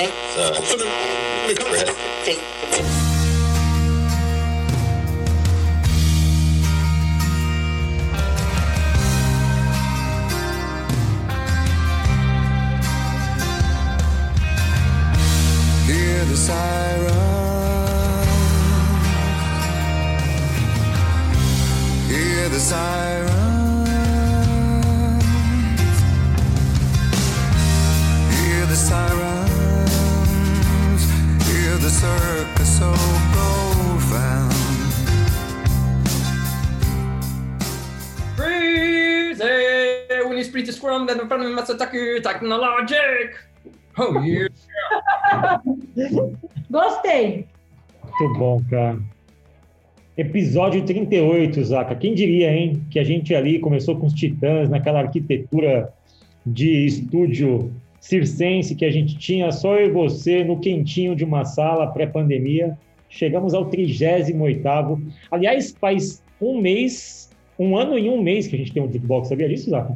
Hear the siren. Hear the sirens. Hear the sirens. Hear the circus so profound. Crazy! When you sprint to scrum, then from the Matsutake Technologic! Oh, yeah! Gostei. Muito bom, cara. Episódio 38, Zaca. Quem diria, hein? Que a gente ali começou com os Titãs, naquela arquitetura de estúdio circense que a gente tinha, só eu e você, no quentinho de uma sala pré-pandemia. Chegamos ao 38º. Aliás, faz um ano e um mês que a gente tem um Jukebox. Sabia disso, Zaca?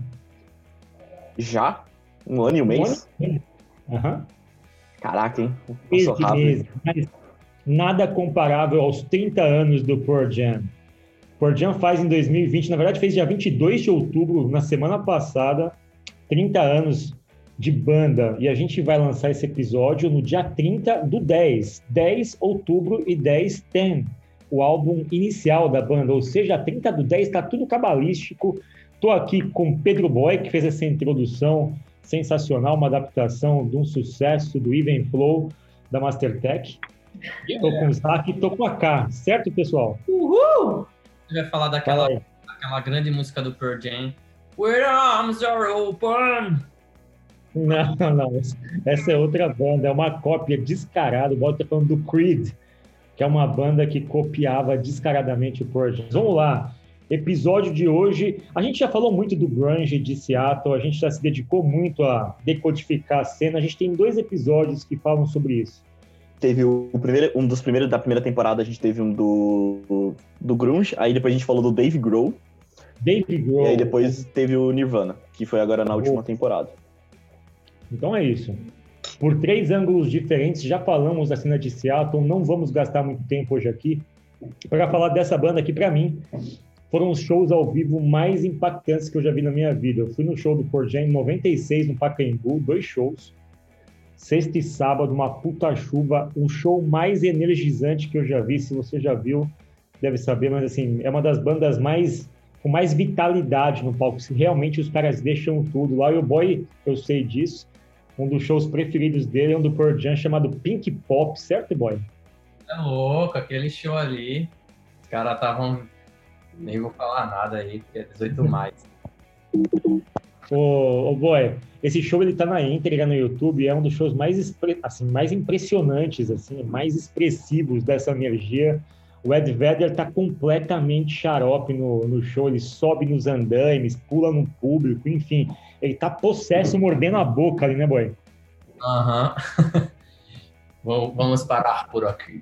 Já? Um ano e um mês? Aham. Caraca, hein? Passou rápido. Mas nada comparável aos 30 anos do Pearl Jam. Pearl Jam faz em 2020, na verdade fez dia 22 de outubro, na semana passada, 30 anos de banda. E a gente vai lançar esse episódio no dia 30 do 10 outubro e 10/10, o álbum inicial da banda. Ou seja, 30 do 10 está tudo cabalístico. Estou aqui com Pedro Boy, que fez essa introdução sensacional, uma adaptação de um sucesso do Even Flow da Mastertech. Estou com o Zac e estou com a K, certo, pessoal? Uhul! Você vai falar daquela grande música do Pearl Jam. Where arms are open! Não, essa é outra banda, é uma cópia descarada. O Bob tá falando do Creed, que é uma banda que copiava descaradamente o Pearl Jam. Vamos lá. Episódio de hoje, a gente já falou muito do grunge de Seattle, a gente já se dedicou muito a decodificar a cena, a gente tem 2 episódios que falam sobre isso. Teve um dos primeiros da primeira temporada, a gente teve um do grunge, aí depois a gente falou do Dave Grohl. E aí depois teve o Nirvana, que foi agora na última temporada. Então é isso. Por 3 ângulos diferentes, já falamos da cena de Seattle, não vamos gastar muito tempo hoje aqui para falar dessa banda que, para mim, foram os shows ao vivo mais impactantes que eu já vi na minha vida. Eu fui no show do Pearl Jam em 96, no Pacaembu, 2 shows. Sexta e sábado, uma puta chuva, um show mais energizante que eu já vi. Se você já viu, deve saber, mas assim, é uma das bandas com mais vitalidade no palco. Se realmente os caras deixam tudo lá. E o Boy, eu sei disso, um dos shows preferidos dele é um do Pearl Jam chamado Pink Pop, certo, Boy? É louco, aquele show ali. Os caras estavam... Nem vou falar nada aí, porque é 18 mais. Ô, Boy, esse show ele tá na íntegra no YouTube, é um dos shows mais impressionantes, assim, mais expressivos dessa energia. O Ed Vedder tá completamente xarope no show, ele sobe nos andaimes, pula no público, enfim, ele tá possesso, mordendo a boca ali, né, Boy? Aham. Vamos parar por aqui.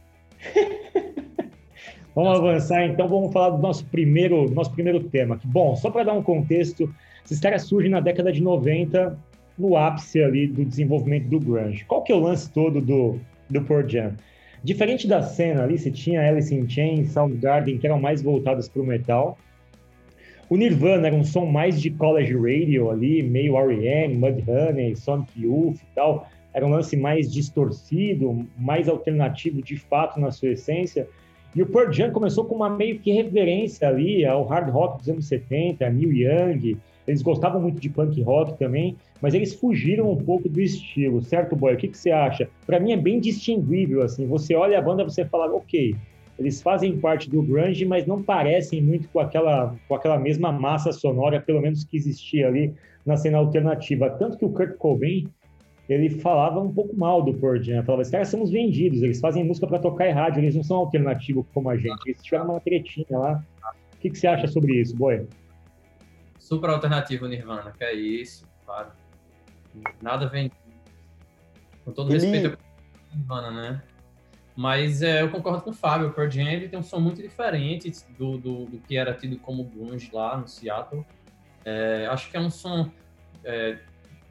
Vamos avançar, então, vamos falar do nosso primeiro tema. Bom, só para dar um contexto, esses caras surgem na década de 90, no ápice ali do desenvolvimento do grunge. Qual que é o lance todo do Pearl Jam? Diferente da cena ali, você tinha Alice in Chains, Soundgarden, que eram mais voltados para o metal. O Nirvana era um som mais de college radio ali, meio R.E.M., Mudhoney, Sonic Youth e tal. Era um lance mais distorcido, mais alternativo de fato na sua essência. E o Pearl Jam começou com uma meio que reverência ali ao hard rock dos anos 70, Neil Young. Eles gostavam muito de punk rock também, mas eles fugiram um pouco do estilo, certo, Boy? O que você acha? Para mim é bem distinguível, assim. Você olha a banda e você fala, ok, eles fazem parte do grunge, mas não parecem muito com aquela mesma massa sonora, pelo menos que existia ali na cena alternativa. Tanto que o Kurt Cobain, ele falava um pouco mal do Pearl Jam, falava, esses caras são os vendidos, eles fazem música para tocar em rádio, eles não são alternativos como a gente, eles tiveram uma tretinha lá. O que você acha sobre isso, Boy? Super alternativo Nirvana, que é isso, claro. Nada vendido. Com todo respeito ao Nirvana, né? Mas eu concordo com o Fábio, o Pearl Jam ele tem um som muito diferente do que era tido como grunge lá no Seattle. Acho que é um som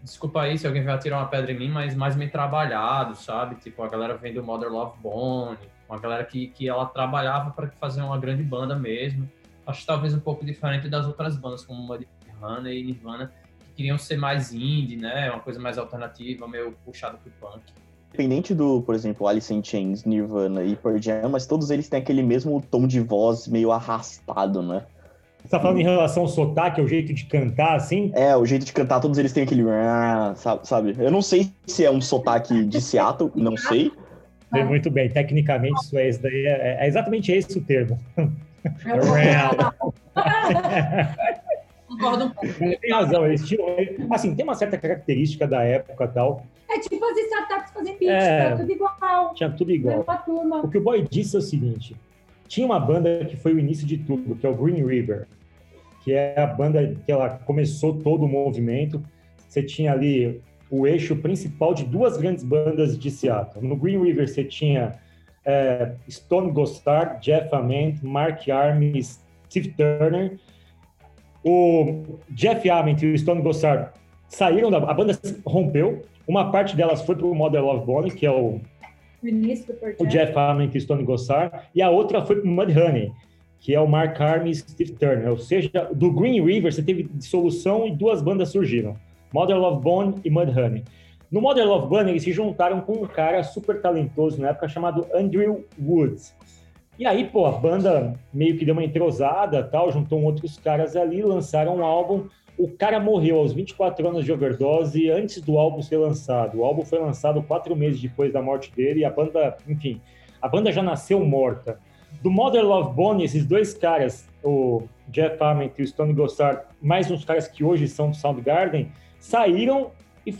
desculpa aí se alguém vai atirar uma pedra em mim, mas mais bem trabalhado, sabe? Tipo, a galera vem do Mother Love Bone, uma galera que ela trabalhava para fazer uma grande banda mesmo. Acho que talvez um pouco diferente das outras bandas, como Nirvana e Nirvana, que queriam ser mais indie, né? Uma coisa mais alternativa, meio puxada pro punk. Independente do, por exemplo, Alice in Chains, Nirvana e Pearl Jam, mas todos eles têm aquele mesmo tom de voz meio arrastado, né? Você tá falando em relação ao sotaque, ao jeito de cantar, assim? O jeito de cantar, todos eles têm aquele... sabe? Eu não sei se é um sotaque de Seattle, não sei. Muito bem, tecnicamente isso daí é exatamente esse o termo. Concordo um pouco. Tem razão, eles tinham... Assim, tem uma certa característica da época e tal. É tipo as startups fazem pitch, tá tudo igual. Tinha tudo igual. O que o Boy disse é o seguinte, tinha uma banda que foi o início de tudo, que é o Green River, que é a banda que ela começou todo o movimento. Você tinha ali o eixo principal de duas grandes bandas de Seattle. No Green River você tinha Stone Gossard, Jeff Ament, Mark Arm, Steve Turner. O Jeff Ament e o Stone Gossard saíram a banda rompeu. Uma parte delas foi para o Mother Love Bone, que é o Jeff Ament e Stone Gossard, e a outra foi para o Mudhoney, que é o Mark Arm e Steve Turner. Ou seja, do Green River você teve dissolução e duas bandas surgiram, Mother Love Bone e Mudhoney. No Mother Love Bone eles se juntaram com um cara super talentoso na época chamado Andrew Woods. E aí, a banda meio que deu uma entrosada, tal, juntou outros caras ali, lançaram um álbum. O cara morreu aos 24 anos de overdose antes do álbum ser lançado. O álbum foi lançado 4 meses depois da morte dele e a banda, enfim, a banda já nasceu morta. Do Mother Love Bone, esses dois caras, o Jeff Ament e o Stone Gossard, mais uns caras que hoje são do Soundgarden, saíram e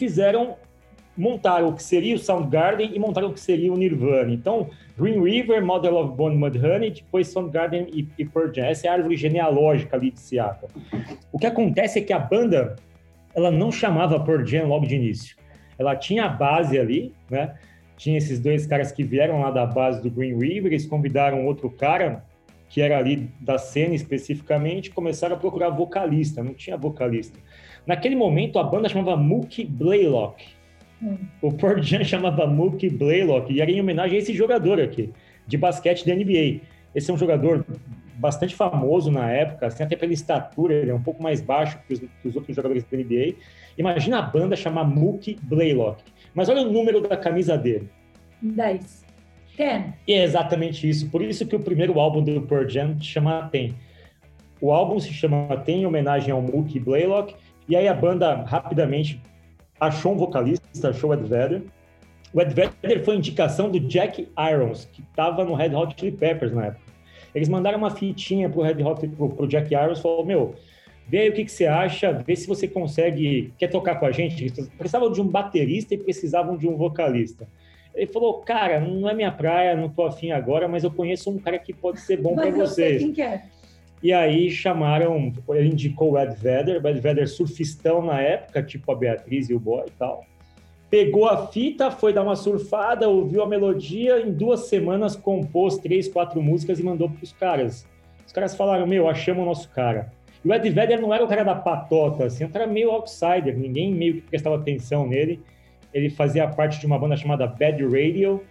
montaram o que seria o Soundgarden e montaram o que seria o Nirvana. Então, Green River, Mother Love Bone, Mudhoney, depois Soundgarden e Pearl Jam. Essa é a árvore genealógica ali de Seattle. O que acontece é que a banda, ela não chamava Pearl Jam logo de início. Ela tinha a base ali, né? Tinha esses dois caras que vieram lá da base do Green River, eles convidaram outro cara, que era ali da cena especificamente, começaram a procurar vocalista, não tinha vocalista. Naquele momento, a banda chamava Mookie Blaylock. O Pearl Jam chamava Mookie Blaylock e era em homenagem a esse jogador aqui, de basquete da NBA. Esse é um jogador bastante famoso na época, assim, até pela estatura, ele é um pouco mais baixo que os outros jogadores da NBA. Imagina a banda chamar Mookie Blaylock. Mas olha o número da camisa dele. 10. 10. E é exatamente isso. Por isso que o primeiro álbum do Pearl Jam se chama Ten. O álbum se chama Ten em homenagem ao Mookie Blaylock. E aí a banda rapidamente achou um vocalista, achou o Ed Vedder. O Ed Vedder foi indicação do Jack Irons, que estava no Red Hot Chili Peppers na época. Eles mandaram uma fitinha pro Jack Irons e falou, vê aí o que você acha, vê se você quer tocar com a gente. Eles precisavam de um baterista e precisavam de um vocalista. Ele falou, cara, não é minha praia, não tô afim agora, mas eu conheço um cara que pode ser bom para vocês. Quem quer? E aí chamaram, ele indicou o Ed Vedder surfistão na época, tipo a Beatriz e o Boy e tal. Pegou a fita, foi dar uma surfada, ouviu a melodia, em 2 semanas compôs 3, 4 músicas e mandou pros caras. Os caras falaram, achamos o nosso cara. E o Ed Vedder não era o cara da patota, assim, um cara meio outsider, ninguém meio que prestava atenção nele. Ele fazia parte de uma banda chamada Bad Radio.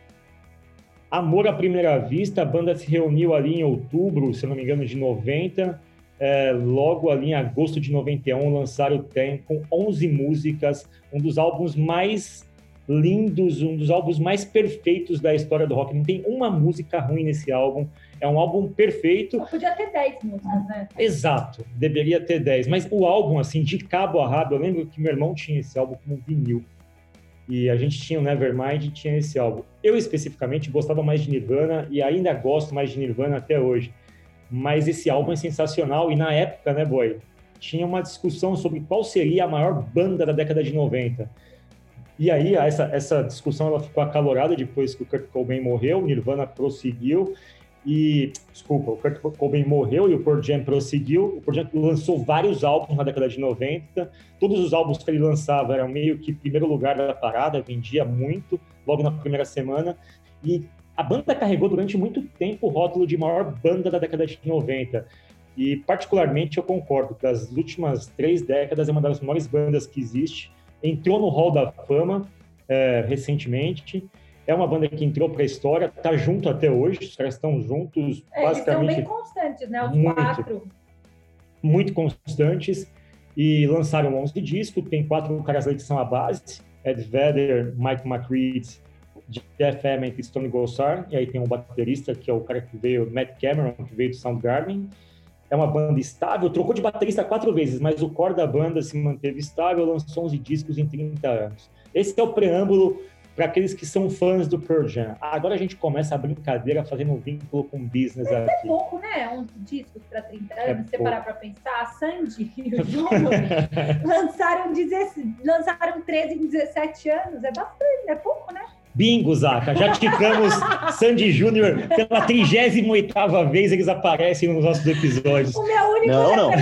Amor à primeira vista, a banda se reuniu ali em outubro, se não me engano, de 90. Logo ali em agosto de 91, lançaram o Ten com 11 músicas, um dos álbuns mais lindos, um dos álbuns mais perfeitos da história do rock. Não tem uma música ruim nesse álbum, é um álbum perfeito. Podia ter 10 músicas, né? Exato, deveria ter 10, mas o álbum, assim, de cabo a rabo, eu lembro que meu irmão tinha esse álbum como vinil. E a gente tinha o Nevermind e tinha esse álbum. Eu, especificamente, gostava mais de Nirvana e ainda gosto mais de Nirvana até hoje. Mas esse álbum é sensacional. E na época, né, Boy, tinha uma discussão sobre qual seria a maior banda da década de 90. E aí, essa discussão ela ficou acalorada depois que o Kurt Cobain morreu, o Nirvana prosseguiu. O Kurt Cobain morreu e o Pearl Jam prosseguiu. O Pearl Jam lançou vários álbuns na década de 90. Todos os álbuns que ele lançava eram meio que primeiro lugar da parada, vendia muito, logo na primeira semana. E a banda carregou durante muito tempo o rótulo de maior banda da década de 90. E, particularmente, eu concordo que das últimas 3 décadas é uma das maiores bandas que existe. entrou no Hall da Fama recentemente. É uma banda que entrou para a história, tá junto até hoje, os caras estão juntos basicamente... Eles são bem constantes, né? Os muito, 4. Muito constantes, e lançaram 11 discos, tem 4 caras aí que são a base, Ed Vedder, Mike McCready, Jeff Ament e Stone Gossard, e aí tem um baterista, que é o cara que veio, Matt Cameron, que veio do Soundgarden. É uma banda estável, trocou de baterista 4 vezes, mas o core da banda se manteve estável, lançou 11 discos em 30 anos. Esse é o preâmbulo para aqueles que são fãs do Pearl Jam. Agora a gente começa a brincadeira fazendo um vínculo com business aqui. aqui. É pouco, né? 11 discos para 30 anos. Se você parar para pensar, a Sandy e o João lançaram 13 em 17 anos. É bastante, é pouco, né? Bingo, Zaca. Já ticamos Sandy Júnior pela 38ª vez, eles aparecem nos nossos episódios. O meu único Não.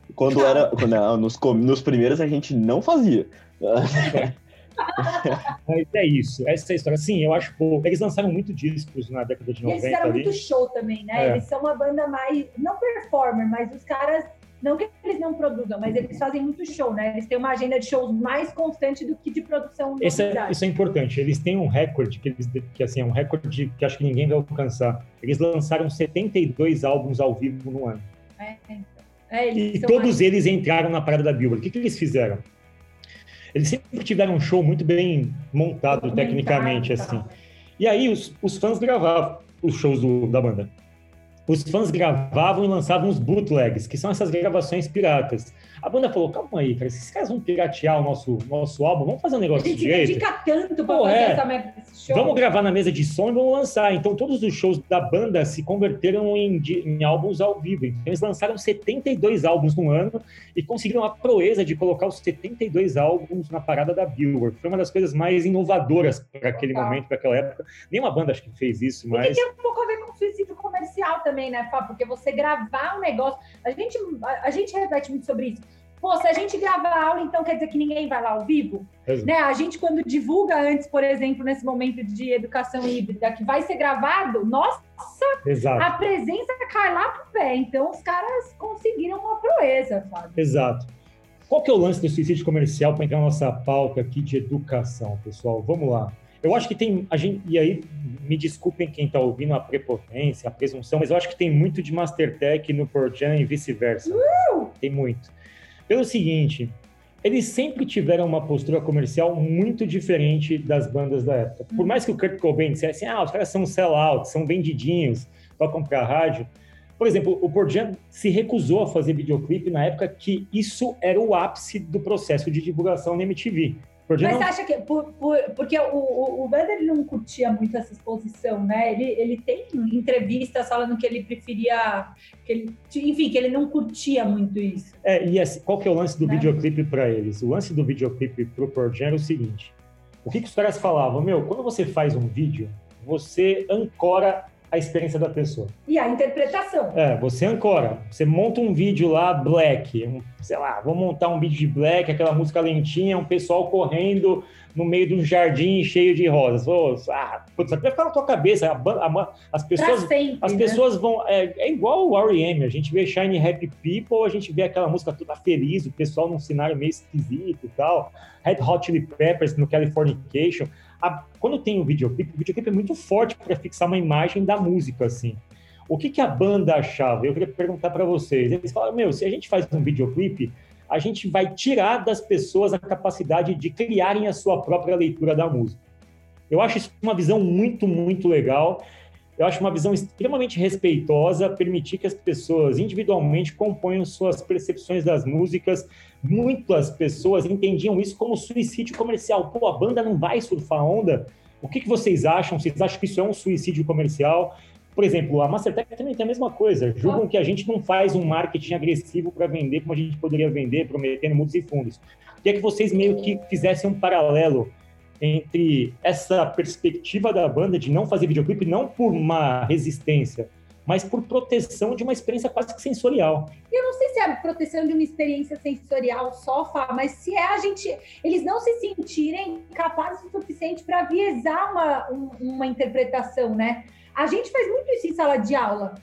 Nos primeiros a gente não fazia. Mas é isso, essa é a história. Sim, eu acho que eles lançaram muito discos na década de 90. Eles fizeram muito show também, né? Eles são uma banda mais, não performer, mas os caras, não que eles não produzam, mas eles fazem muito show, né? Eles têm uma agenda de shows mais constante do que de produção. Isso é importante. Eles têm um recorde, que assim, é um recorde que acho que ninguém vai alcançar. Eles lançaram 72 álbuns ao vivo no ano. E todos eles entraram na parada da Billboard. O que eles fizeram? Eles sempre tiveram um show muito bem montado tecnicamente, assim. E aí os fãs gravavam os shows da banda. Os fãs gravavam e lançavam os bootlegs, que são essas gravações piratas. A banda falou, calma aí, cara, esses caras vão piratear o nosso álbum, vamos fazer um negócio de jeito. A gente dedica tanto pra fazer essa merda desse show. Vamos gravar na mesa de som e vamos lançar. Então, todos os shows da banda se converteram em álbuns ao vivo. Então, eles lançaram 72 álbuns no ano e conseguiram a proeza de colocar os 72 álbuns na parada da Billboard. Foi uma das coisas mais inovadoras para aquele momento, para aquela época. Nenhuma banda acho que fez isso, mas... E tem um pouco a ver com o suicídio comercial também, né, Fá? Porque você gravar um negócio... A gente reflete muito sobre isso. Pô, se a gente gravar a aula, então quer dizer que ninguém vai lá ao vivo? Né? A gente, quando divulga antes, por exemplo, nesse momento de educação híbrida, que vai ser gravado, nossa, exato, a presença cai lá pro pé. Então, os caras conseguiram uma proeza, Fábio. Exato. Qual que é o lance do suicídio comercial para entrar na nossa pauta aqui de educação, pessoal? Vamos lá. Eu acho que tem... e aí, me desculpem quem está ouvindo a prepotência, a presunção, mas eu acho que tem muito de Mastertech no Pearl Jam e vice-versa. Tem muito. Pelo seguinte, eles sempre tiveram uma postura comercial muito diferente das bandas da época. Por mais que o Kurt Cobain dissesse, os caras são sell-out, são vendidinhos, tocam pra rádio. Por exemplo, o Pearl Jam se recusou a fazer videoclipe na época que isso era o ápice do processo de divulgação na MTV. Mas você acha que... Porque o Vedder não curtia muito essa exposição, né? Ele tem entrevistas falando que ele preferia... que ele não curtia muito isso. E assim, qual que é o lance do videoclipe para eles? O lance do videoclipe pro Pearl Jam era o seguinte. O que os caras falavam? Quando você faz um vídeo, você ancora a experiência da pessoa. E a interpretação. Você ancora. Você monta um vídeo lá, Black, sei lá, vou montar um vídeo de Black, aquela música lentinha, um pessoal correndo no meio de um jardim cheio de rosas. Putz, vai ficar na tua cabeça. As pessoas, sempre, as pessoas vão... É igual o R.E.M., a gente vê Shiny Happy People, a gente vê aquela música toda feliz, o pessoal num cenário meio esquisito e tal. Red Hot Chili Peppers no Californication. Quando tem o videoclipe é muito forte para fixar uma imagem da música, assim. O que a banda achava? Eu queria perguntar para vocês. Eles falaram, se a gente faz um videoclipe, a gente vai tirar das pessoas a capacidade de criarem a sua própria leitura da música. Eu acho isso uma visão muito, muito legal. Eu acho uma visão extremamente respeitosa, permitir que as pessoas individualmente componham suas percepções das músicas. Muitas pessoas entendiam isso como suicídio comercial. A banda não vai surfar a onda? O que vocês acham? Vocês acham que isso é um suicídio comercial? Por exemplo, a Mastertech também tem a mesma coisa. Julgam que a gente não faz um marketing agressivo para vender como a gente poderia vender, prometendo mundos e fundos. Queria que vocês meio que fizessem um paralelo entre essa perspectiva da banda de não fazer videoclipe, não por uma resistência, mas por proteção de uma experiência quase que sensorial. Eu não sei se é a proteção de uma experiência sensorial só, mas se eles não se sentirem capazes o suficiente para aviesar uma interpretação, né? A gente faz muito isso em sala de aula.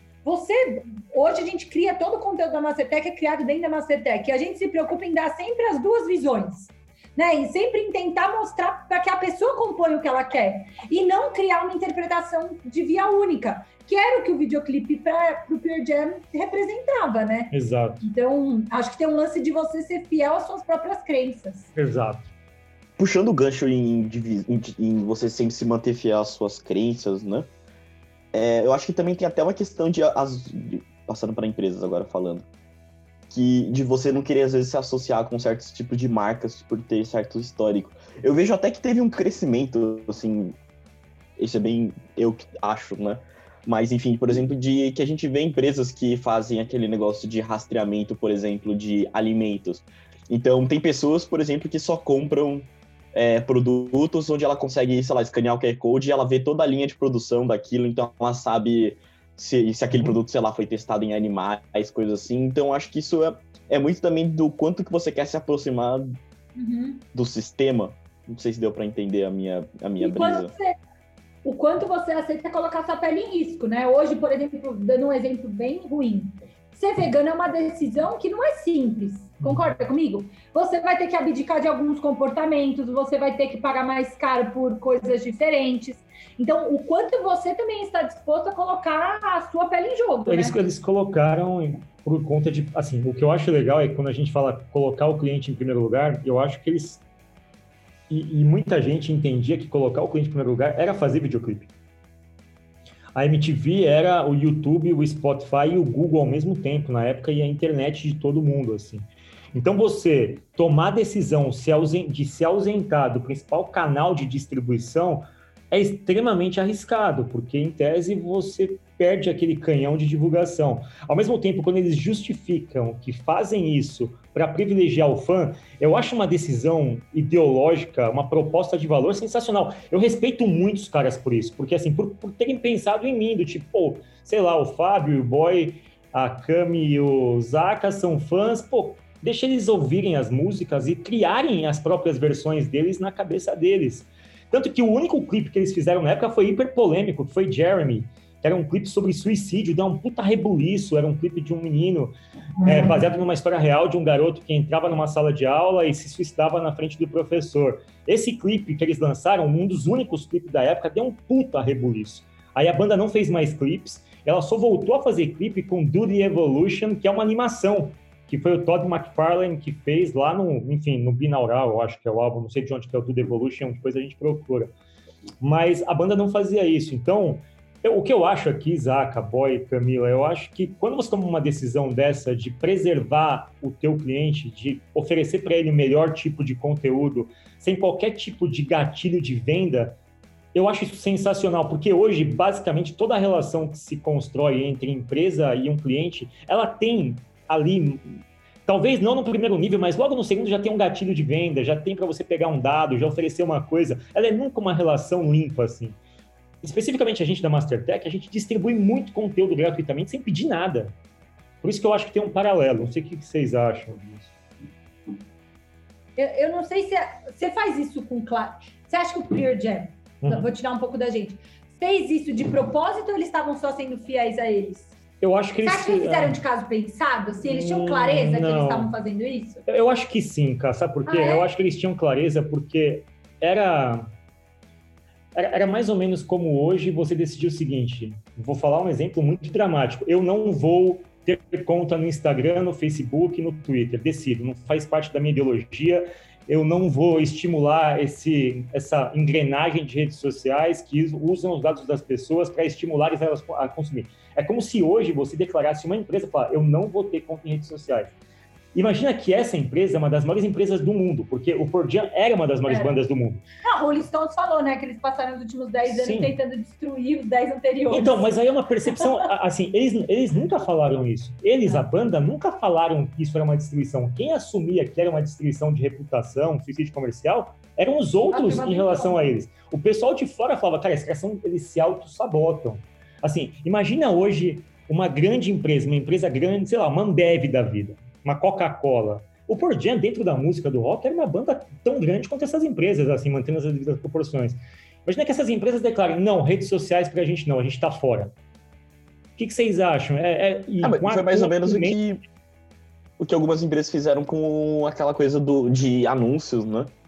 Hoje a gente cria todo o conteúdo da Mastertech, é criado dentro da Mastertech, e a gente se preocupa em dar sempre as duas visões. né? E sempre em tentar mostrar para que a pessoa compõe o que ela quer. E não criar uma interpretação de via única, que era o que o videoclipe para o Pearl Jam representava, né? Exato. Então, acho que tem um lance de você ser fiel às suas próprias crenças. Exato. Puxando o gancho em você sempre se manter fiel às suas crenças, né? Eu acho que também tem até uma questão passando para empresas agora falando, de você não querer às vezes se associar com certos tipos de marcas por ter certo histórico. Eu vejo até que teve um crescimento, assim, isso é bem eu que acho, né? Mas, enfim, por exemplo, que a gente vê empresas que fazem aquele negócio de rastreamento, por exemplo, de alimentos. Então, tem pessoas, por exemplo, que só compram produtos onde ela consegue, sei lá, escanear o QR Code e ela vê toda a linha de produção daquilo, então ela sabe se aquele produto, sei lá, foi testado em animais, coisas assim. Então, acho que isso é muito também do quanto que você quer se aproximar do sistema. Não sei se deu para entender a minha brisa. O quanto você aceita colocar sua pele em risco, né? Hoje, por exemplo, dando um exemplo bem ruim, ser vegano é uma decisão que não é simples. Concorda comigo? Você vai ter que abdicar de alguns comportamentos, você vai ter que pagar mais caro por coisas diferentes. Então, o quanto você também está disposto a colocar a sua pele em jogo, né? Eles colocaram por conta de... Assim, o que eu acho legal é que quando a gente fala colocar o cliente em primeiro lugar, eu acho que eles... E muita gente entendia que colocar o cliente em primeiro lugar era fazer videoclipe. A MTV era o YouTube, o Spotify e o Google ao mesmo tempo, na época, e a internet de todo mundo, assim. Então, você tomar a decisão de se ausentar do principal canal de distribuição é extremamente arriscado, porque, em tese, você perde aquele canhão de divulgação. Ao mesmo tempo, quando eles justificam que fazem isso para privilegiar o fã, eu acho uma decisão ideológica, uma proposta de valor sensacional. Eu respeito muito os caras por isso, porque, assim, por terem pensado em mim, do tipo, pô, sei lá, o Fábio, o Boy, a Cami e o Zaka são fãs, pô, deixa eles ouvirem as músicas e criarem as próprias versões deles na cabeça deles. Tanto que o único clipe que eles fizeram na época foi hiper polêmico, que foi Jeremy, que era um clipe sobre suicídio, deu um puta rebuliço, era um clipe de um menino baseado numa história real de um garoto que entrava numa sala de aula e se suicidava na frente do professor. Esse clipe que eles lançaram, um dos únicos clipes da época, deu um puta rebuliço. Aí a banda não fez mais clipes, ela só voltou a fazer clipe com Do The Evolution, que é uma animação, que foi o Todd McFarlane que fez lá no Binaural, eu acho que é o álbum, não sei de onde que é o Do The Evolution, depois a gente procura. Mas a banda não fazia isso, então... O que eu acho aqui, Zaka, Boy, Camila, eu acho que quando você toma uma decisão dessa de preservar o teu cliente, de oferecer para ele o melhor tipo de conteúdo, sem qualquer tipo de gatilho de venda, eu acho isso sensacional, porque hoje, basicamente, toda a relação que se constrói entre empresa e um cliente, ela tem ali, talvez não no primeiro nível, mas logo no segundo já tem um gatilho de venda, já tem para você pegar um dado, já oferecer uma coisa. Ela é nunca uma relação limpa, assim. Especificamente a gente da Mastertech, a gente distribui muito conteúdo gratuitamente sem pedir nada. Por isso que eu acho que tem um paralelo. Não sei o que vocês acham disso. Eu não sei se você faz isso com claro. Você acha que o Pearl Jam, vou tirar um pouco da gente, fez isso de propósito ou eles estavam só sendo fiéis a eles? Eu acho que Você acha que eles fizeram de caso pensado? Se eles tinham clareza que eles estavam fazendo isso? Eu acho que sim, cara. Sabe por quê? Eu acho que eles tinham clareza porque era mais ou menos como hoje você decidiu o seguinte, vou falar um exemplo muito dramático, eu não vou ter conta no Instagram, no Facebook, no Twitter, decido, não faz parte da minha ideologia, eu não vou estimular essa engrenagem de redes sociais que usam os dados das pessoas para estimular elas a consumir. É como se hoje você declarasse uma empresa e falar, eu não vou ter conta em redes sociais. Imagina que essa empresa é uma das maiores empresas do mundo, porque o Pearl Jam era uma das maiores bandas do mundo. Não, o Rolling Stones falou, né, que eles passaram os últimos 10 anos tentando destruir os 10 anteriores. Então, mas aí é uma percepção, assim, eles nunca falaram isso. A banda, nunca falaram que isso era uma destruição. Quem assumia que era uma destruição de reputação, suicídio comercial, eram os outros em relação a eles. O pessoal de fora falava, cara, eles se auto-sabotam. Assim, imagina hoje uma grande empresa, uma empresa grande, sei lá, uma Ambev da vida, uma Coca-Cola. O Pearl Jam, dentro da música do rock, era uma banda tão grande quanto essas empresas, assim, mantendo as devidas proporções. Imagina que essas empresas declarem, não, redes sociais pra gente não, a gente tá fora. O que vocês acham? Foi mais ou menos o que algumas empresas fizeram com aquela coisa de anúncios, né?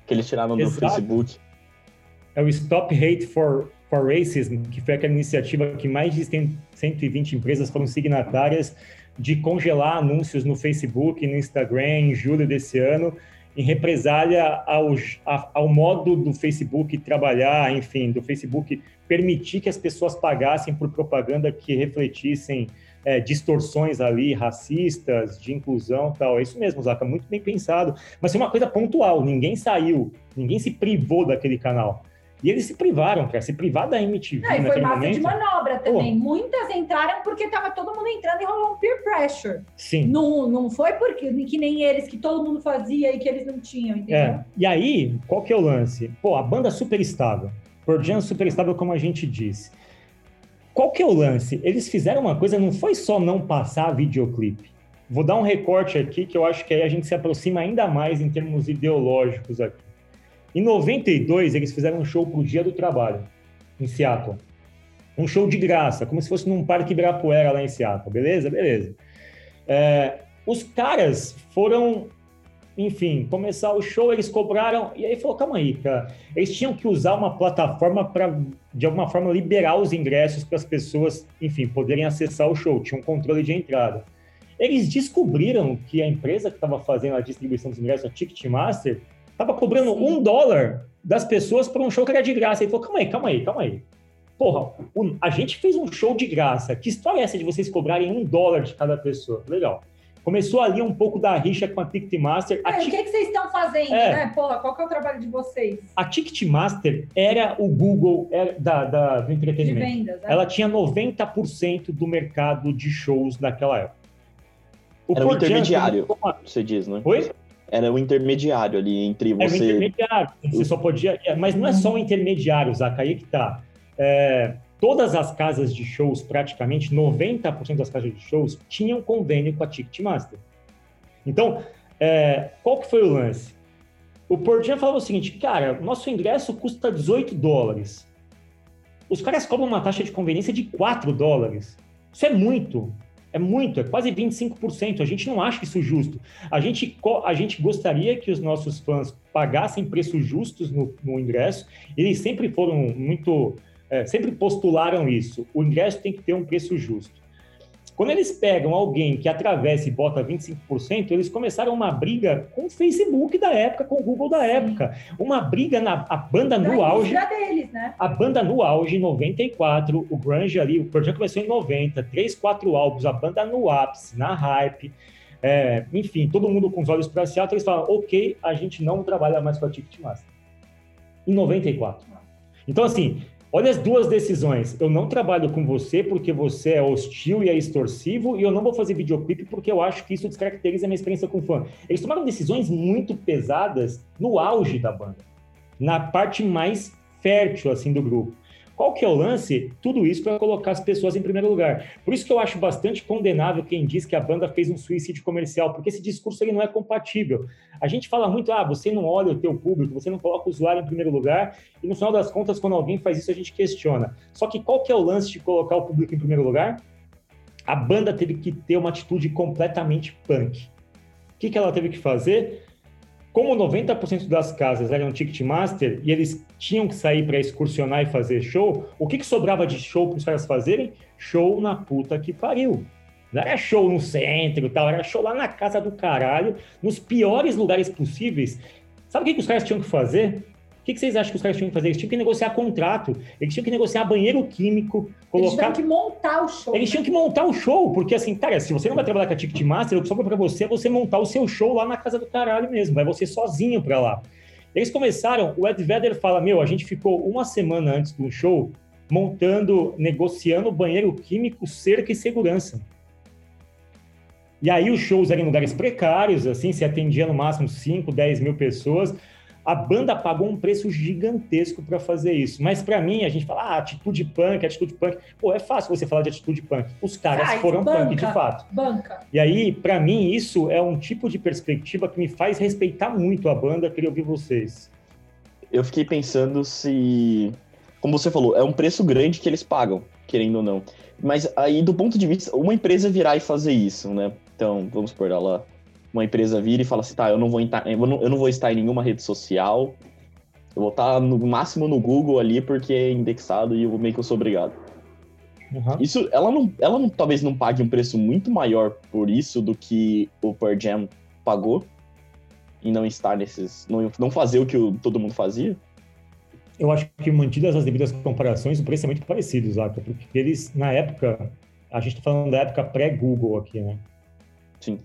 Que eles tiraram do Exato. Facebook. É o Stop Hate for Racism, que foi aquela iniciativa que mais de 120 empresas foram signatárias de congelar anúncios no Facebook e no Instagram em julho desse ano, em represália ao modo do Facebook trabalhar, enfim, do Facebook permitir que as pessoas pagassem por propaganda que refletissem distorções ali, racistas, de inclusão e tal. É isso mesmo, Zaca, muito bem pensado. Mas foi uma coisa pontual, ninguém saiu, ninguém se privou daquele canal. E eles se privaram, cara, se privar da MTV E foi massa momento, de manobra também. Muitas entraram porque tava todo mundo entrando e rolou um peer pressure. Sim. Não foi porque que nem eles, que todo mundo fazia e que eles não tinham, entendeu? E aí, qual que é o lance? Pô, a banda super estável. Pearl Jam super estável, como a gente disse. Qual que é o lance? Eles fizeram uma coisa, não foi só não passar videoclipe. Vou dar um recorte aqui, que eu acho que aí a gente se aproxima ainda mais em termos ideológicos aqui. Em 92, eles fizeram um show pro Dia do Trabalho, em Seattle. Um show de graça, como se fosse num Parque Ibirapuera lá em Seattle, beleza? Beleza. Os caras foram, enfim, começar o show, eles cobraram, e aí falou, calma aí, cara, eles tinham que usar uma plataforma para, de alguma forma, liberar os ingressos para as pessoas, enfim, poderem acessar o show, tinha um controle de entrada. Eles descobriram que a empresa que estava fazendo a distribuição dos ingressos, a Ticketmaster, estava cobrando $1 das pessoas por um show que era de graça. Ele falou, calma aí. Porra, a gente fez um show de graça. Que história é essa de vocês cobrarem $1 de cada pessoa? Legal. Começou ali um pouco da rixa com a Ticketmaster. O que vocês estão fazendo, né? Porra, qual que é o trabalho de vocês? A Ticketmaster era o Google do entretenimento. De vendas, né? Ela tinha 90% do mercado de shows naquela época. Era um intermediário, você diz, né? Oi? Era o intermediário ali entre você... Era um intermediário, você só podia... Mas não é só um intermediário, Zaca, aí que tá. Todas as casas de shows, praticamente 90% das casas de shows, tinham convênio com a Ticketmaster. Então, qual que foi o lance? O Pearl Jam falou o seguinte, cara, nosso ingresso custa $18. Os caras cobram uma taxa de conveniência de $4. Isso é muito, é quase 25%. A gente não acha isso justo. A gente gostaria que os nossos fãs pagassem preços justos no ingresso. Eles sempre foram muito... sempre postularam isso. O ingresso tem que ter um preço justo. Quando eles pegam alguém que atravessa e bota 25%, eles começaram uma briga com o Facebook da época, com o Google da época. Uma briga a banda no auge. Deles, né? A banda no auge, em 94, o grunge ali, o projeto começou em 90, 3, 4 álbuns, a banda no ápice, na hype. Enfim, todo mundo com os olhos para Seattle, eles falam, ok, a gente não trabalha mais com a Ticketmaster. Em 94. Então, assim... Olha as duas decisões. Eu não trabalho com você porque você é hostil e é extorsivo, e eu não vou fazer videoclipe porque eu acho que isso descaracteriza a minha experiência com fã. Eles tomaram decisões muito pesadas no auge da banda, na parte mais fértil assim do grupo. Qual que é o lance? Tudo isso para colocar as pessoas em primeiro lugar. Por isso que eu acho bastante condenável quem diz que a banda fez um suicídio comercial, porque esse discurso ele não é compatível. A gente fala muito, você não olha o teu público, você não coloca o usuário em primeiro lugar, e no final das contas, quando alguém faz isso, a gente questiona. Só que qual que é o lance de colocar o público em primeiro lugar? A banda teve que ter uma atitude completamente punk. O que ela teve que fazer? Como 90% das casas eram Ticketmaster e eles tinham que sair para excursionar e fazer show, o que sobrava de show para os caras fazerem? Show na puta que pariu. Não era show no centro e tal, era show lá na casa do caralho, nos piores lugares possíveis. Sabe o que os caras tinham que fazer? O que vocês acham que os caras tinham que fazer? Eles tinham que negociar contrato, eles tinham que negociar banheiro químico, colocar... Eles tinham que montar o show. Eles tinham que montar o show, porque assim, cara, se você não vai trabalhar com a Ticketmaster, o que sobra pra você é você montar o seu show lá na casa do caralho mesmo, vai você sozinho pra lá. Eles começaram, o Ed Vedder fala, a gente ficou uma semana antes do show montando, negociando banheiro químico, cerca e segurança. E aí os shows eram em lugares precários, assim, se atendia no máximo 5, 10 mil pessoas. A banda pagou um preço gigantesco para fazer isso. Mas para mim, a gente fala, atitude punk. Pô, é fácil você falar de atitude punk. Os caras foram punk, de fato. Banca. E aí, para mim, isso é um tipo de perspectiva que me faz respeitar muito a banda. Queria ouvir vocês. Eu fiquei pensando se... Como você falou, é um preço grande que eles pagam, querendo ou não. Mas aí, do ponto de vista, uma empresa virar e fazer isso, né? Então, vamos supor, ela uma empresa vira e fala assim, tá, eu não vou estar em nenhuma rede social, eu vou estar no máximo no Google ali porque é indexado e meio que eu sou obrigado. Uhum. Isso, talvez não pague um preço muito maior por isso do que o Pearl Jam pagou em não estar não fazer o que todo mundo fazia? Eu acho que, mantidas as devidas comparações, o preço é muito parecido, Zaca, porque eles, na época, a gente está falando da época pré-Google aqui, né? Sim.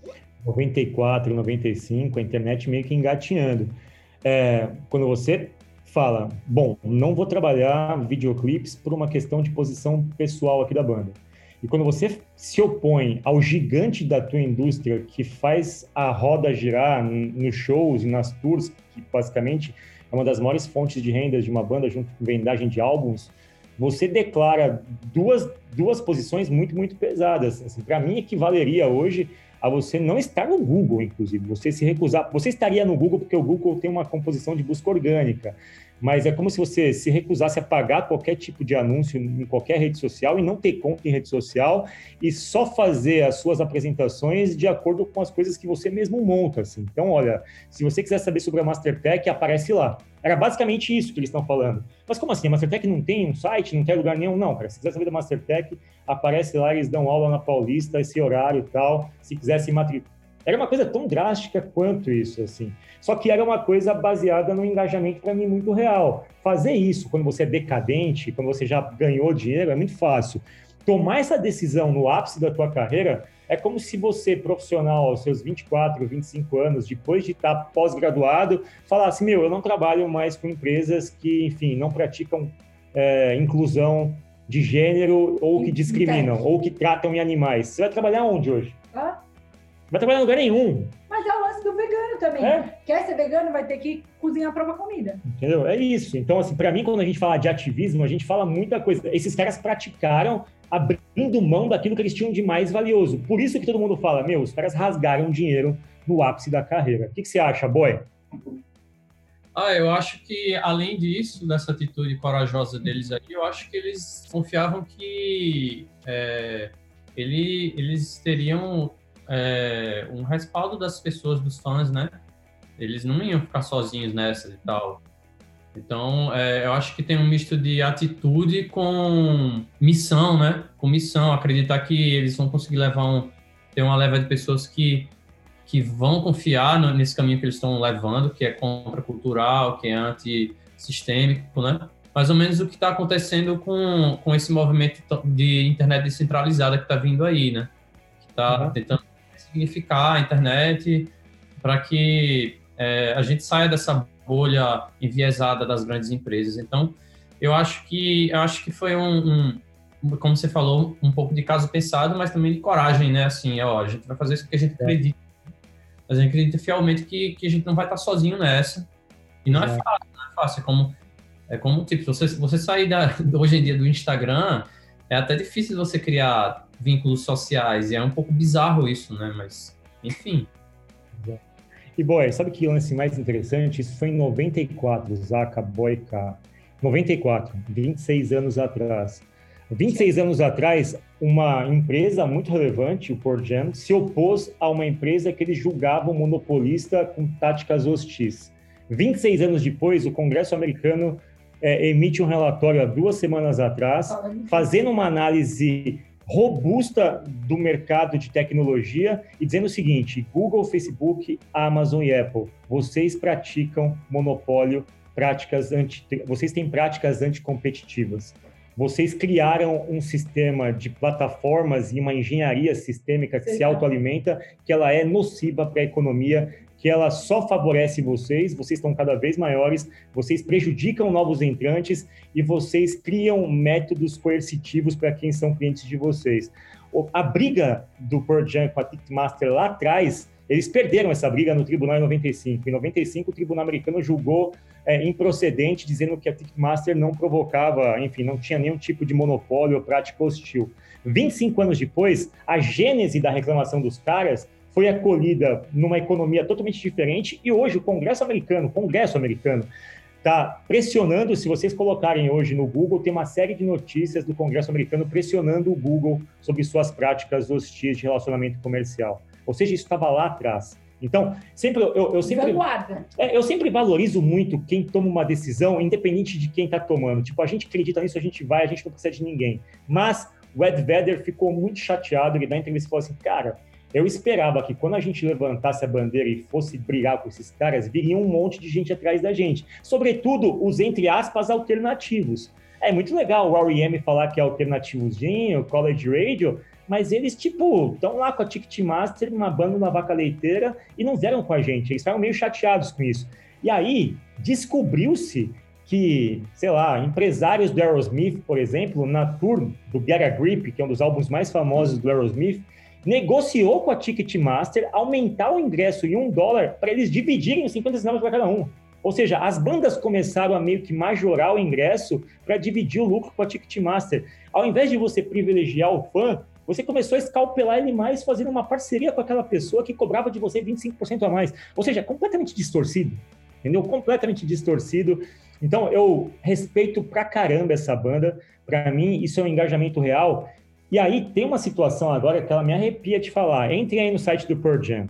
94, 95, a internet meio que engatinhando. Quando você fala, bom, não vou trabalhar videoclipes por uma questão de posição pessoal aqui da banda. E quando você se opõe ao gigante da tua indústria que faz a roda girar nos shows e nas tours, que basicamente é uma das maiores fontes de renda de uma banda junto com vendagem de álbuns, você declara duas posições muito, muito pesadas. Assim, para mim, equivaleria hoje a você não estar no Google, inclusive. Você se recusar. Você estaria no Google porque o Google tem uma composição de busca orgânica, mas é como se você se recusasse a pagar qualquer tipo de anúncio em qualquer rede social e não ter conta em rede social e só fazer as suas apresentações de acordo com as coisas que você mesmo monta. Assim. Então, olha, se você quiser saber sobre a Mastertech, aparece lá. Era basicamente isso que eles estão falando. Mas como assim? A Mastertech não tem um site, não tem lugar nenhum? Não, cara. Se quiser saber da Mastertech, aparece lá, eles dão aula na Paulista, esse horário e tal. Se quiser se matricular. Era uma coisa tão drástica quanto isso, assim. Só que era uma coisa baseada no engajamento, para mim, muito real. Fazer isso quando você é decadente, quando você já ganhou dinheiro, é muito fácil. Tomar essa decisão no ápice da tua carreira é como se você, profissional, aos seus 24, 25 anos, depois de estar pós-graduado, falasse, eu não trabalho mais com empresas que, enfim, não praticam inclusão de gênero ou que discriminam, ou que tratam em animais. Você vai trabalhar onde hoje? Vai trabalhar em lugar nenhum. Mas é o lance do vegano também. Quer ser vegano, vai ter que cozinhar a própria comida. Entendeu? É isso. Então, assim, para mim, quando a gente fala de ativismo, a gente fala muita coisa. Esses caras praticaram abrindo mão daquilo que eles tinham de mais valioso. Por isso que todo mundo fala, os caras rasgaram dinheiro no ápice da carreira. O que você acha, Boy? Eu acho que, além disso, dessa atitude corajosa deles aí, eu acho que eles confiavam que eles teriam um respaldo das pessoas, dos fãs, né? Eles não iam ficar sozinhos nessa e tal. Então, eu acho que tem um misto de atitude com missão, né? Com missão, acreditar que eles vão conseguir ter uma leva de pessoas que vão confiar nesse caminho que eles estão levando, que é contracultural, que é antissistêmico, né? Mais ou menos o que está acontecendo com esse movimento de internet descentralizada que está vindo aí, né? Que está tentando significar a internet para que a gente saia dessa bolha enviesada das grandes empresas. Então, eu acho que foi como você falou, um pouco de caso pensado, mas também de coragem, né? Assim, a gente vai fazer isso porque a gente acredita. A gente acredita fielmente que a gente não vai estar sozinho nessa. E não é fácil. É como tipo, você sair hoje em dia do Instagram, é até difícil você criar vínculos sociais. E é um pouco bizarro isso, né? Mas, enfim. E, Boy, sabe que lance mais interessante? Isso foi em 94, Zaca, Boyka. 94, 26 anos atrás. 26 anos atrás, uma empresa muito relevante, o Pearl Jam, se opôs a uma empresa que eles julgavam monopolista com táticas hostis. 26 anos depois, o Congresso americano emite um relatório há 2 semanas atrás, fazendo uma análise robusta do mercado de tecnologia e dizendo o seguinte: Google, Facebook, Amazon e Apple, vocês praticam monopólio, vocês têm práticas anticompetitivas. Vocês criaram um sistema de plataformas e uma engenharia sistêmica que se autoalimenta, que ela é nociva para a economia, que ela só favorece vocês estão cada vez maiores, vocês prejudicam novos entrantes e vocês criam métodos coercitivos para quem são clientes de vocês. A briga do Pearl Jam com a Ticketmaster lá atrás, eles perderam essa briga no tribunal em 95. Em 95, o tribunal americano julgou improcedente, dizendo que a Ticketmaster não provocava, enfim, não tinha nenhum tipo de monopólio ou prática hostil. 25 anos depois, a gênese da reclamação dos caras foi acolhida numa economia totalmente diferente e hoje o Congresso americano está pressionando. Se vocês colocarem hoje no Google, tem uma série de notícias do Congresso americano pressionando o Google sobre suas práticas hostis de relacionamento comercial. Ou seja, isso estava lá atrás. Então, eu sempre valorizo muito quem toma uma decisão, independente de quem está tomando. Tipo, a gente acredita nisso, a gente não precisa de ninguém. Mas o Ed Vedder ficou muito chateado, ele dá entrevista e falou assim, cara, eu esperava que quando a gente levantasse a bandeira e fosse brigar com esses caras, viria um monte de gente atrás da gente. Sobretudo os, entre aspas, alternativos. É muito legal o R.E.M. falar que é alternativozinho, college radio, mas eles, tipo, estão lá com a Ticketmaster, banda na vaca leiteira, e não vieram com a gente. Eles estavam meio chateados com isso. E aí, descobriu-se que, sei lá, empresários do Aerosmith, por exemplo, na tour do Get a Grip, que é um dos álbuns mais famosos do Aerosmith, negociou com a Ticketmaster aumentar o ingresso em $1 para eles dividirem os 50 centavos para cada um. Ou seja, as bandas começaram a meio que majorar o ingresso para dividir o lucro com a Ticketmaster. Ao invés de você privilegiar o fã, você começou a escalpelar ele mais, fazendo uma parceria com aquela pessoa que cobrava de você 25% a mais. Ou seja, completamente distorcido, entendeu? Completamente distorcido. Então, eu respeito pra caramba essa banda. Pra mim, isso é um engajamento real. E aí, tem uma situação agora que ela me arrepia de falar. Entrem aí no site do Pearl Jam,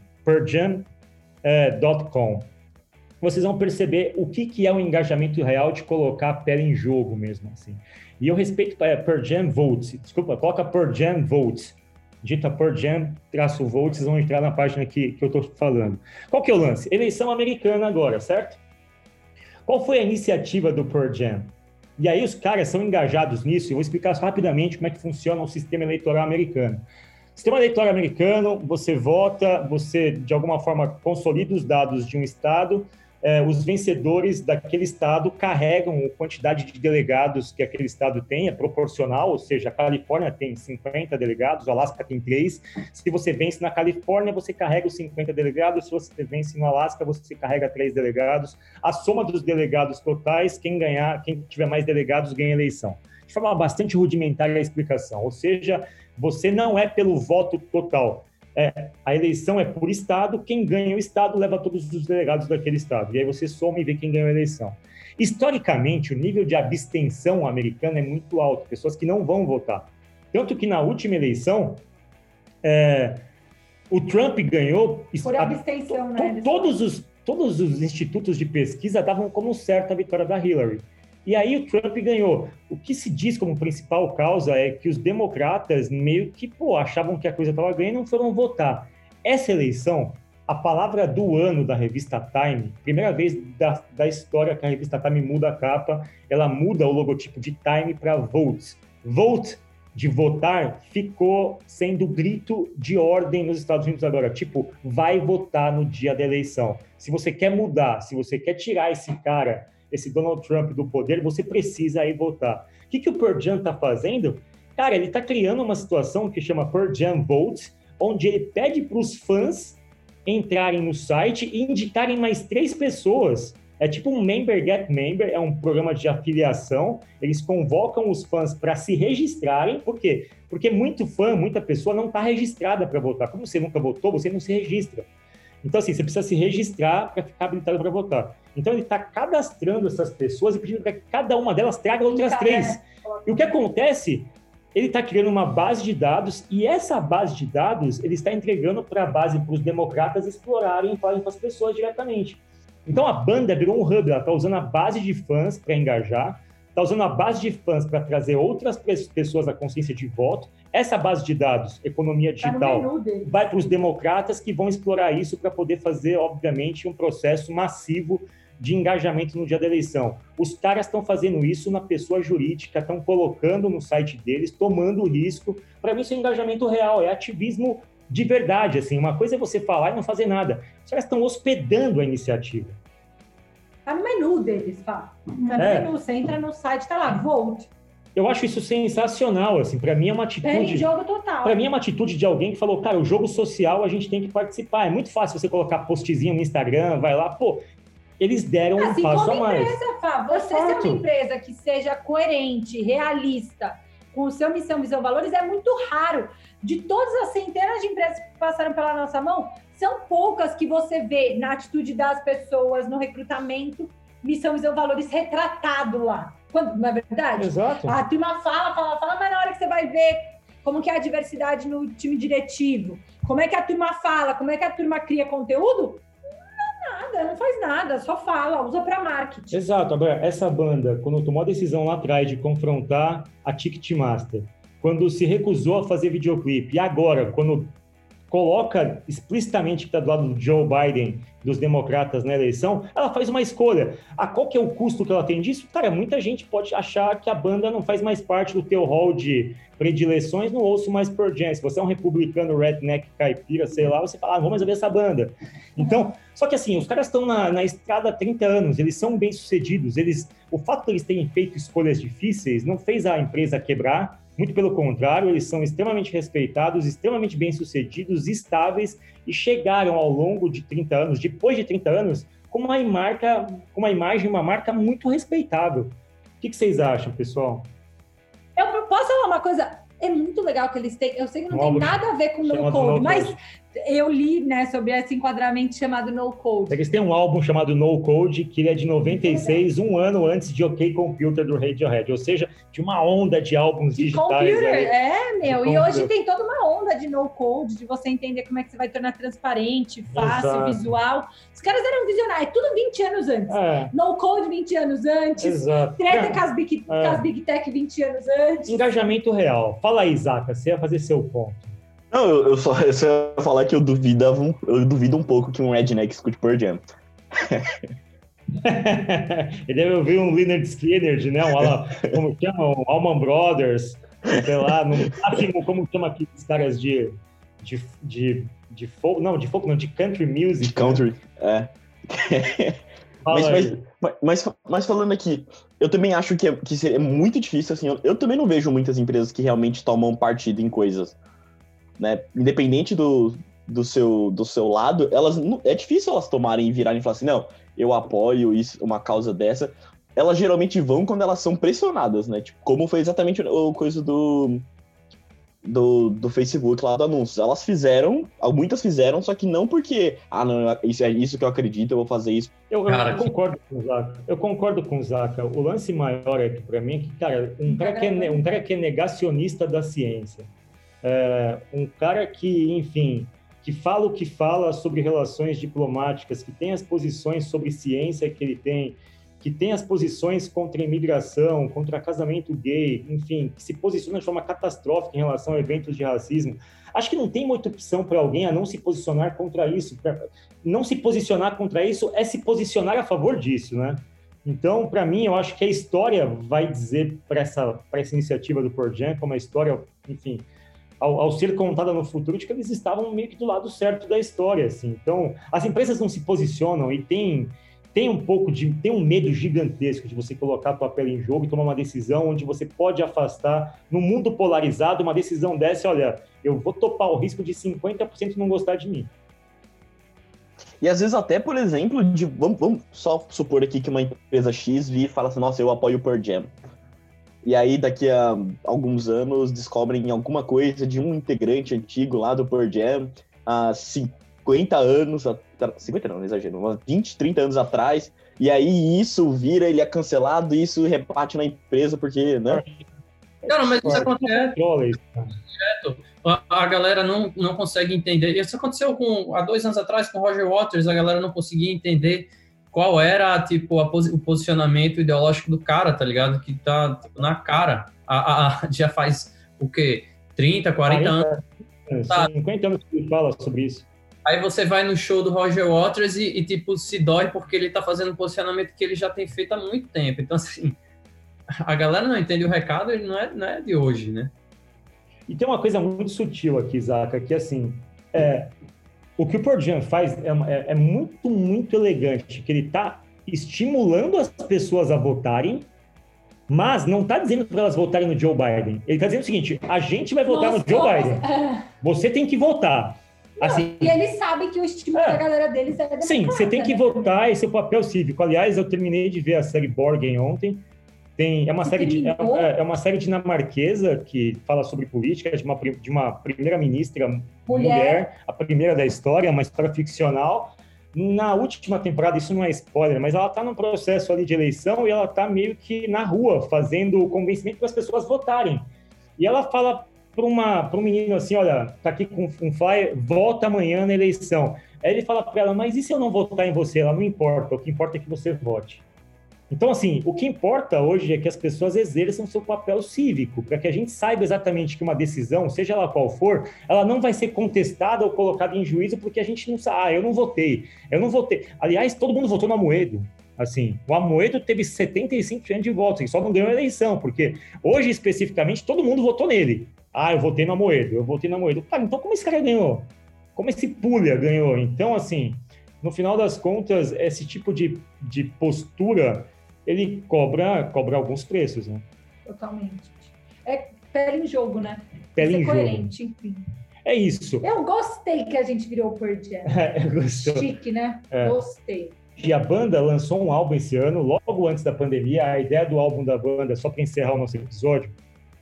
pearljam.com. Vocês vão perceber o que é um engajamento real de colocar a pele em jogo mesmo, assim. E eu respeito Pearl Jam Votes. Desculpa, coloca Pearl Jam Votes. Digita Pearl Jam-Votes, vão entrar na página que eu estou falando. Qual que é o lance? Eleição americana agora, certo? Qual foi a iniciativa do Pearl Jam? E aí os caras são engajados nisso, e eu vou explicar rapidamente como é que funciona o sistema eleitoral americano. Sistema eleitoral americano, você vota, você de alguma forma consolida os dados de um estado, os vencedores daquele estado carregam a quantidade de delegados que aquele estado tem, é proporcional, ou seja, a Califórnia tem 50 delegados, o Alasca tem 3. Se você vence na Califórnia, você carrega os 50 delegados, se você vence no Alasca, você carrega 3 delegados. A soma dos delegados totais, quem tiver mais delegados ganha a eleição. De forma bastante rudimentar a explicação, ou seja, você não é pelo voto total. A eleição é por estado, quem ganha o estado leva todos os delegados daquele estado, e aí você soma e vê quem ganhou a eleição. Historicamente, o nível de abstenção americano é muito alto, pessoas que não vão votar. Tanto que na última eleição, o Trump ganhou... Por abstenção, né? Todos os institutos de pesquisa davam como certa a vitória da Hillary. E aí o Trump ganhou. O que se diz como principal causa é que os democratas meio que achavam que a coisa estava ganhando e não foram votar. Essa eleição, a palavra do ano da revista Time, primeira vez da história que a revista Time muda a capa, ela muda o logotipo de Time para Votes. Vote, de votar, ficou sendo grito de ordem nos Estados Unidos agora. Tipo, vai votar no dia da eleição. Se você quer mudar, se você quer tirar esse cara... esse Donald Trump do poder, você precisa aí votar. O que o Pearl Jam está fazendo? Cara, ele está criando uma situação que chama Pearl Jam Votes, onde ele pede para os fãs entrarem no site e indicarem mais 3 pessoas. É tipo um Member Get Member, é um programa de afiliação. Eles convocam os fãs para se registrarem. Por quê? Porque muita pessoa não está registrada para votar. Como você nunca votou, você não se registra. Então, assim, você precisa se registrar para ficar habilitado para votar. Então, ele está cadastrando essas pessoas e pedindo para que cada uma delas traga outras 3. E o que acontece? Ele está criando uma base de dados e essa base de dados ele está entregando para a base para os democratas explorarem e falarem com as pessoas diretamente. Então, a banda virou um hub, ela está usando a base de fãs para engajar, está usando a base de fãs para trazer outras pessoas à consciência de voto. Essa base de dados, economia digital, vai para os democratas que vão explorar isso para poder fazer, obviamente, um processo massivo de engajamento no dia da eleição. Os caras estão fazendo isso na pessoa jurídica, estão colocando no site deles, tomando risco. Para mim, isso é engajamento real, é ativismo de verdade. Assim, uma coisa é você falar e não fazer nada. Os caras estão hospedando a iniciativa. Tá no menu deles, Fá. Tá no menu, você entra no site, tá lá, vote. Eu acho isso sensacional, assim, para mim é uma atitude... É em jogo total. Para mim é uma atitude de alguém que falou, cara, o jogo social a gente tem que participar. É muito fácil você colocar postzinho no Instagram, vai lá, eles deram um passo a mais. Empresa, Fá, você ser uma empresa que seja coerente, realista, com o seu missão, visão, valores, é muito raro. De todas as centenas de empresas que passaram pela nossa mão, são poucas que você vê na atitude das pessoas, no recrutamento, missão, visão, valores retratado lá. Não é verdade? Exato. A turma fala, mas na hora que você vai ver como que é a diversidade no time diretivo, como é que a turma fala, como é que a turma cria conteúdo, não faz nada, só fala, usa para marketing. Exato. Agora, essa banda, quando tomou a decisão lá atrás de confrontar a Ticketmaster, quando se recusou a fazer videoclipe, e agora, quando coloca explicitamente que está do lado do Joe Biden, dos democratas na eleição, ela faz uma escolha. Qual que é o custo que ela tem disso? Cara, muita gente pode achar que a banda não faz mais parte do teu hall de predileções, não ouço mais Pearl Jam. Se você é um republicano redneck caipira, sei lá, você fala, vamos ouvir essa banda. Então, só que assim, os caras estão na estrada há 30 anos, eles são bem-sucedidos, o fato de eles terem feito escolhas difíceis não fez a empresa quebrar. Muito pelo contrário, eles são extremamente respeitados, extremamente bem-sucedidos, estáveis e chegaram ao longo de 30 anos, depois de 30 anos, com uma imagem, uma marca muito respeitável. O que vocês acham, pessoal? Eu posso falar uma coisa? É muito legal que eles têm. Eu sei que não tem nada a ver com no code, mas eu li, né, sobre esse enquadramento chamado no code. Eles têm um álbum chamado No Code, que ele é de 96, um ano antes de OK Computer do Radiohead, ou seja, de uma onda de álbuns digitais. Computer, e hoje tem toda uma onda de no code, de você entender como é que você vai tornar transparente, fácil, exato, visual. Os caras eram visionários, tudo 20 anos antes. No code 20 anos antes. Exato. Treta com as Big Tech 20 anos antes. Engajamento real. Fala aí, Zaca, você ia fazer seu ponto. Não, eu só ia falar que eu duvido um pouco que um redneck escute Pearl Jam. Ele deve ouvir um Lynyrd Skynyrd, né? Como chama? Um Allman Brothers, sei lá, no máximo, como chama aqueles caras de folk, não, de country music. De country, né? Mas falando aqui, eu também acho que é muito difícil, assim, eu também não vejo muitas empresas que realmente tomam partido em coisas, né? Independente do seu lado, é difícil elas tomarem e virarem e falar assim, não, eu apoio isso, uma causa dessa. Elas geralmente vão quando elas são pressionadas, né? Tipo, como foi exatamente a coisa do Facebook lá do anúncio. Muitas fizeram, só que não porque, não, isso é isso que eu acredito, eu vou fazer isso. Eu concordo com o Zaca. O lance maior é que, pra mim, é que, cara, um cara que é negacionista da ciência, um cara que, enfim, que fala o que fala sobre relações diplomáticas, que tem as posições sobre ciência que ele tem, que tem as posições contra a imigração, contra casamento gay, enfim, que se posiciona de forma catastrófica em relação a eventos de racismo. Acho que não tem muita opção para alguém a não se posicionar contra isso. Não se posicionar contra isso é se posicionar a favor disso, né? Então, para mim, eu acho que a história vai dizer para essa iniciativa do Pearl Jam, como a história, enfim, ao ser contada no futuro, de que eles estavam meio que do lado certo da história, assim. Então, as empresas não se posicionam e tem um medo gigantesco de você colocar a tua pele em jogo e tomar uma decisão onde você pode afastar, no mundo polarizado, uma decisão dessa, olha, eu vou topar o risco de 50% não gostar de mim. E às vezes até, por exemplo, vamos só supor aqui que uma empresa X vira e fala assim, nossa, eu apoio o Pearl Jam. E aí, daqui a alguns anos, descobrem alguma coisa de um integrante antigo lá do Pearl Jam, há 50 anos, 50 não, exagero, 20, 30 anos atrás, e aí isso vira, ele é cancelado, e isso rebate na empresa, porque, né? Não, mas isso acontece direto. A galera não consegue entender. Isso aconteceu há 2 anos atrás com o Roger Waters, a galera não conseguia entender qual era, tipo, o posicionamento ideológico do cara, tá ligado? Que tá tipo, na cara. Já faz, o quê? 30, 40 anos. Tá. 50 anos que ele fala sobre isso. Aí você vai no show do Roger Waters e tipo, se dói porque ele tá fazendo um posicionamento que ele já tem feito há muito tempo. Então, assim, a galera não entende o recado, ele não é de hoje, né? E tem uma coisa muito sutil aqui, Zaca, que assim, o que o Pearl Jam faz é muito, muito elegante, que ele tá estimulando as pessoas a votarem, mas não tá dizendo para elas votarem no Joe Biden. Ele tá dizendo o seguinte, a gente vai votar no Joe Biden. Você tem que votar. Assim, e eles sabem que o estímulo da galera deles é democrata. Sim, você tem que votar, esse é o papel cívico. Aliás, eu terminei de ver a série Borgen ontem. É uma série dinamarquesa que fala sobre política, de uma primeira-ministra mulher, a primeira da história, uma história ficcional. Na última temporada, isso não é spoiler, mas ela está num processo ali de eleição e ela está meio que na rua, fazendo o convencimento para as pessoas votarem. E ela fala para um menino assim, olha, tá aqui com um flyer, vota amanhã na eleição. Aí ele fala para ela, mas e se eu não votar em você? Ela, não importa, o que importa é que você vote. Então, assim, o que importa hoje é que as pessoas exerçam seu papel cívico, para que a gente saiba exatamente que uma decisão, seja ela qual for, ela não vai ser contestada ou colocada em juízo porque a gente não sabe, eu não votei. Aliás, todo mundo votou no Amoedo. Assim, o Amoedo teve 75% de votos, e só não ganhou a eleição, porque hoje, especificamente, todo mundo votou nele. Eu votei no Amoedo. Cara, então como esse cara ganhou? Como esse Pulha ganhou? Então, assim, no final das contas, esse tipo de postura, ele cobra alguns preços, né? Totalmente. É pele em jogo, né? Pele em jogo. Coerente, enfim. É isso. Eu gostei que a gente virou Pearl Jam. Chique, né? Gostei. E a banda lançou um álbum esse ano, logo antes da pandemia. A ideia do álbum da banda, só para encerrar o nosso episódio,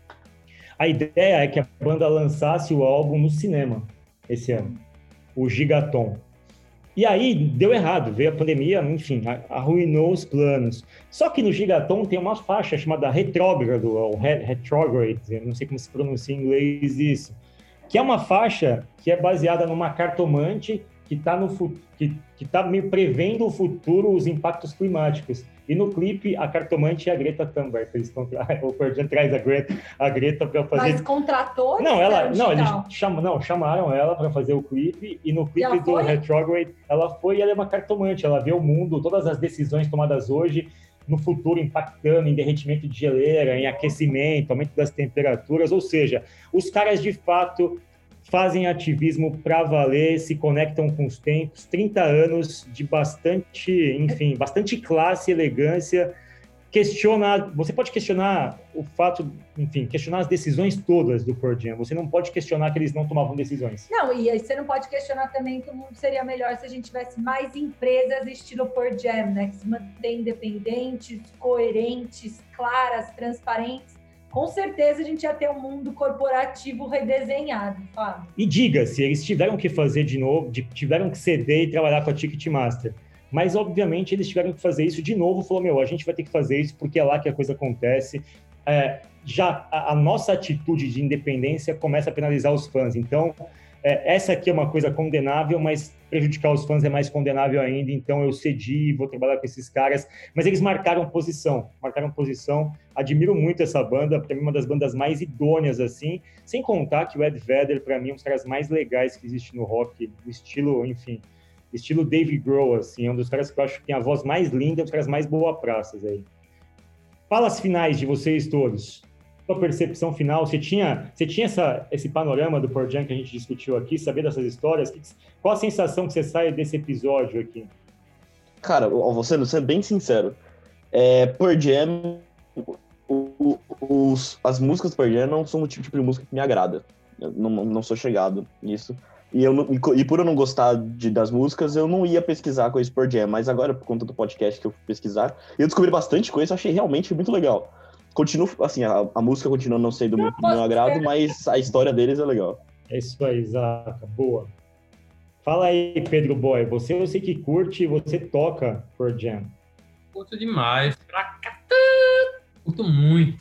a ideia é que a banda lançasse o álbum no cinema esse ano, o Gigaton. E aí deu errado, veio a pandemia, enfim, arruinou os planos. Só que no Gigaton tem uma faixa chamada Retrógrado, ou Retrograde, não sei como se pronuncia em inglês isso, que é uma faixa que é baseada numa cartomante que está meio prevendo o futuro, os impactos climáticos. E no clipe, a cartomante é a Greta Thunberg. O Pearl Jam traz a Greta para fazer... Mas contratou? Chamaram ela para fazer o clipe, e no clipe do Retrograde, ela foi e ela é uma cartomante. Ela vê o mundo, todas as decisões tomadas hoje, no futuro impactando em derretimento de geleira, em aquecimento, aumento das temperaturas. Ou seja, os caras, de fato, fazem ativismo para valer, se conectam com os tempos, 30 anos de bastante classe, elegância. Você pode questionar o fato, questionar as decisões todas do Pearl Jam. Você não pode questionar que eles não tomavam decisões. Não, e aí você não pode questionar também que o mundo seria melhor se a gente tivesse mais empresas estilo Pearl Jam, né? Que se mantêm independentes, coerentes, claras, transparentes. Com certeza a gente ia ter um mundo corporativo redesenhado, Fábio. E diga-se, eles tiveram que fazer de novo, tiveram que ceder e trabalhar com a Ticketmaster. Mas, obviamente, eles tiveram que fazer isso de novo. Falou, a gente vai ter que fazer isso porque é lá que a coisa acontece. Já a nossa atitude de independência começa a penalizar os fãs. Então, essa aqui é uma coisa condenável, mas prejudicar os fãs é mais condenável ainda. Então, eu cedi, vou trabalhar com esses caras. Mas eles marcaram posição. Admiro muito essa banda, para mim, uma das bandas mais idôneas, assim. Sem contar que o Ed Vedder, para mim, é um dos caras mais legais que existe no rock, do estilo Dave Grohl, assim. É um dos caras que eu acho que tem a voz mais linda, um dos caras mais boa-praças aí. Falas finais de vocês todos. Sua percepção final, você tinha esse panorama do Pearl Jam que a gente discutiu aqui, saber dessas histórias? Qual a sensação que você sai desse episódio aqui? Cara, vou ser bem sincero. Pearl Jam, as músicas do Pearl Jam não são o tipo de música que me agrada. Eu não sou chegado nisso. E por eu não gostar das músicas, eu não ia pesquisar coisas Pearl Jam. Mas agora, por conta do podcast que eu fui pesquisar, eu descobri bastante coisa, achei realmente muito legal. Continua, assim, a música continua não sendo muito do meu agrado, mas a história deles é legal. É isso aí, Zaca, boa. Fala aí, Pedro Boy, eu sei que curte e você toca Pearl Jam. Curto demais, curto muito,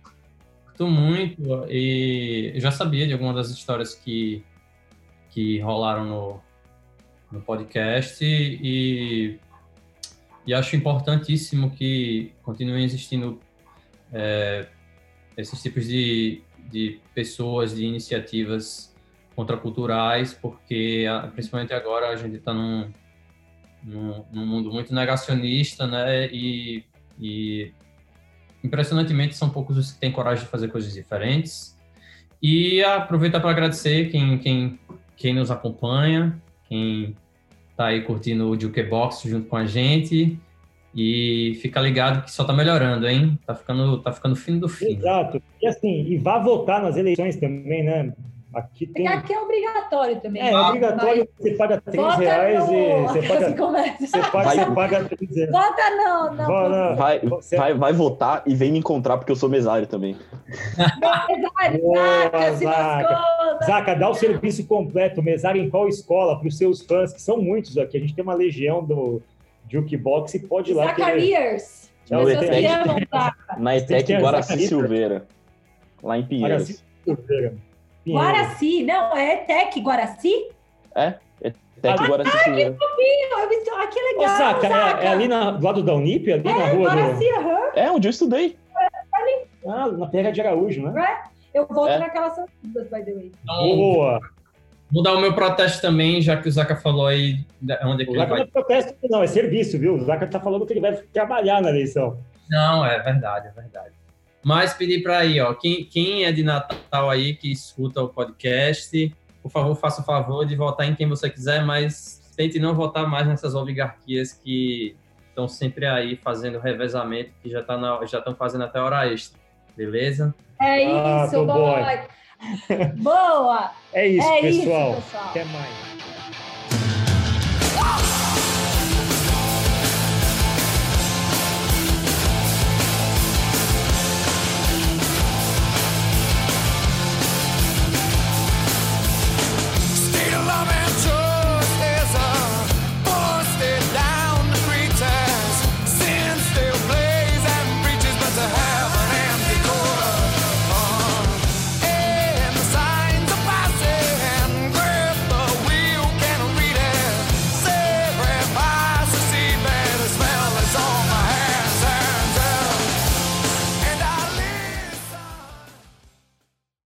e eu já sabia de algumas das histórias que rolaram no podcast e acho importantíssimo que continuem existindo esses tipos de pessoas, de iniciativas contraculturais, porque principalmente agora a gente está num mundo muito negacionista, né? E impressionantemente são poucos os que têm coragem de fazer coisas diferentes. E aproveitar para agradecer quem nos acompanha, quem está aí curtindo o Jukebox junto com a gente. E fica ligado que só tá melhorando, hein? Tá ficando fim do fim. Exato. E assim, vá votar nas eleições também, né? Aqui é obrigatório também. É obrigatório, você paga R$3 e você paga R$3. Vota não. Vai votar e vem me encontrar, porque eu sou mesário também. Zaca, dá o serviço completo. Mesário em qual escola? Para os seus fãs, que são muitos aqui. A gente tem uma legião do Jukebox e pode ir lá. Zacarias. Na ETEC Guaraci Silveira, lá em Pinheiros. Guaraci, não, é Tec Guaraci? Tec Guaraci. Que legal, Osaka, é ali do lado da Unip, ali na rua Guaraci, onde eu estudei. na Terra de Araújo, né? Eu volto naquelas sanduas, by the way. Boa! Vou dar o meu protesto também, já que o Zaca falou aí onde é que O ele Zaca vai. não é protesto, não, é serviço, viu? O Zaca tá falando que ele vai trabalhar na eleição. Não, é verdade. Mas pedir para aí, ó, quem é de Natal aí, que escuta o podcast, por favor, faça o favor de votar em quem você quiser, mas tente não votar mais nessas oligarquias que estão sempre aí fazendo revezamento, que já estão fazendo até hora extra, beleza? É isso, boy. Boa! É isso, pessoal. pessoal. Até mais.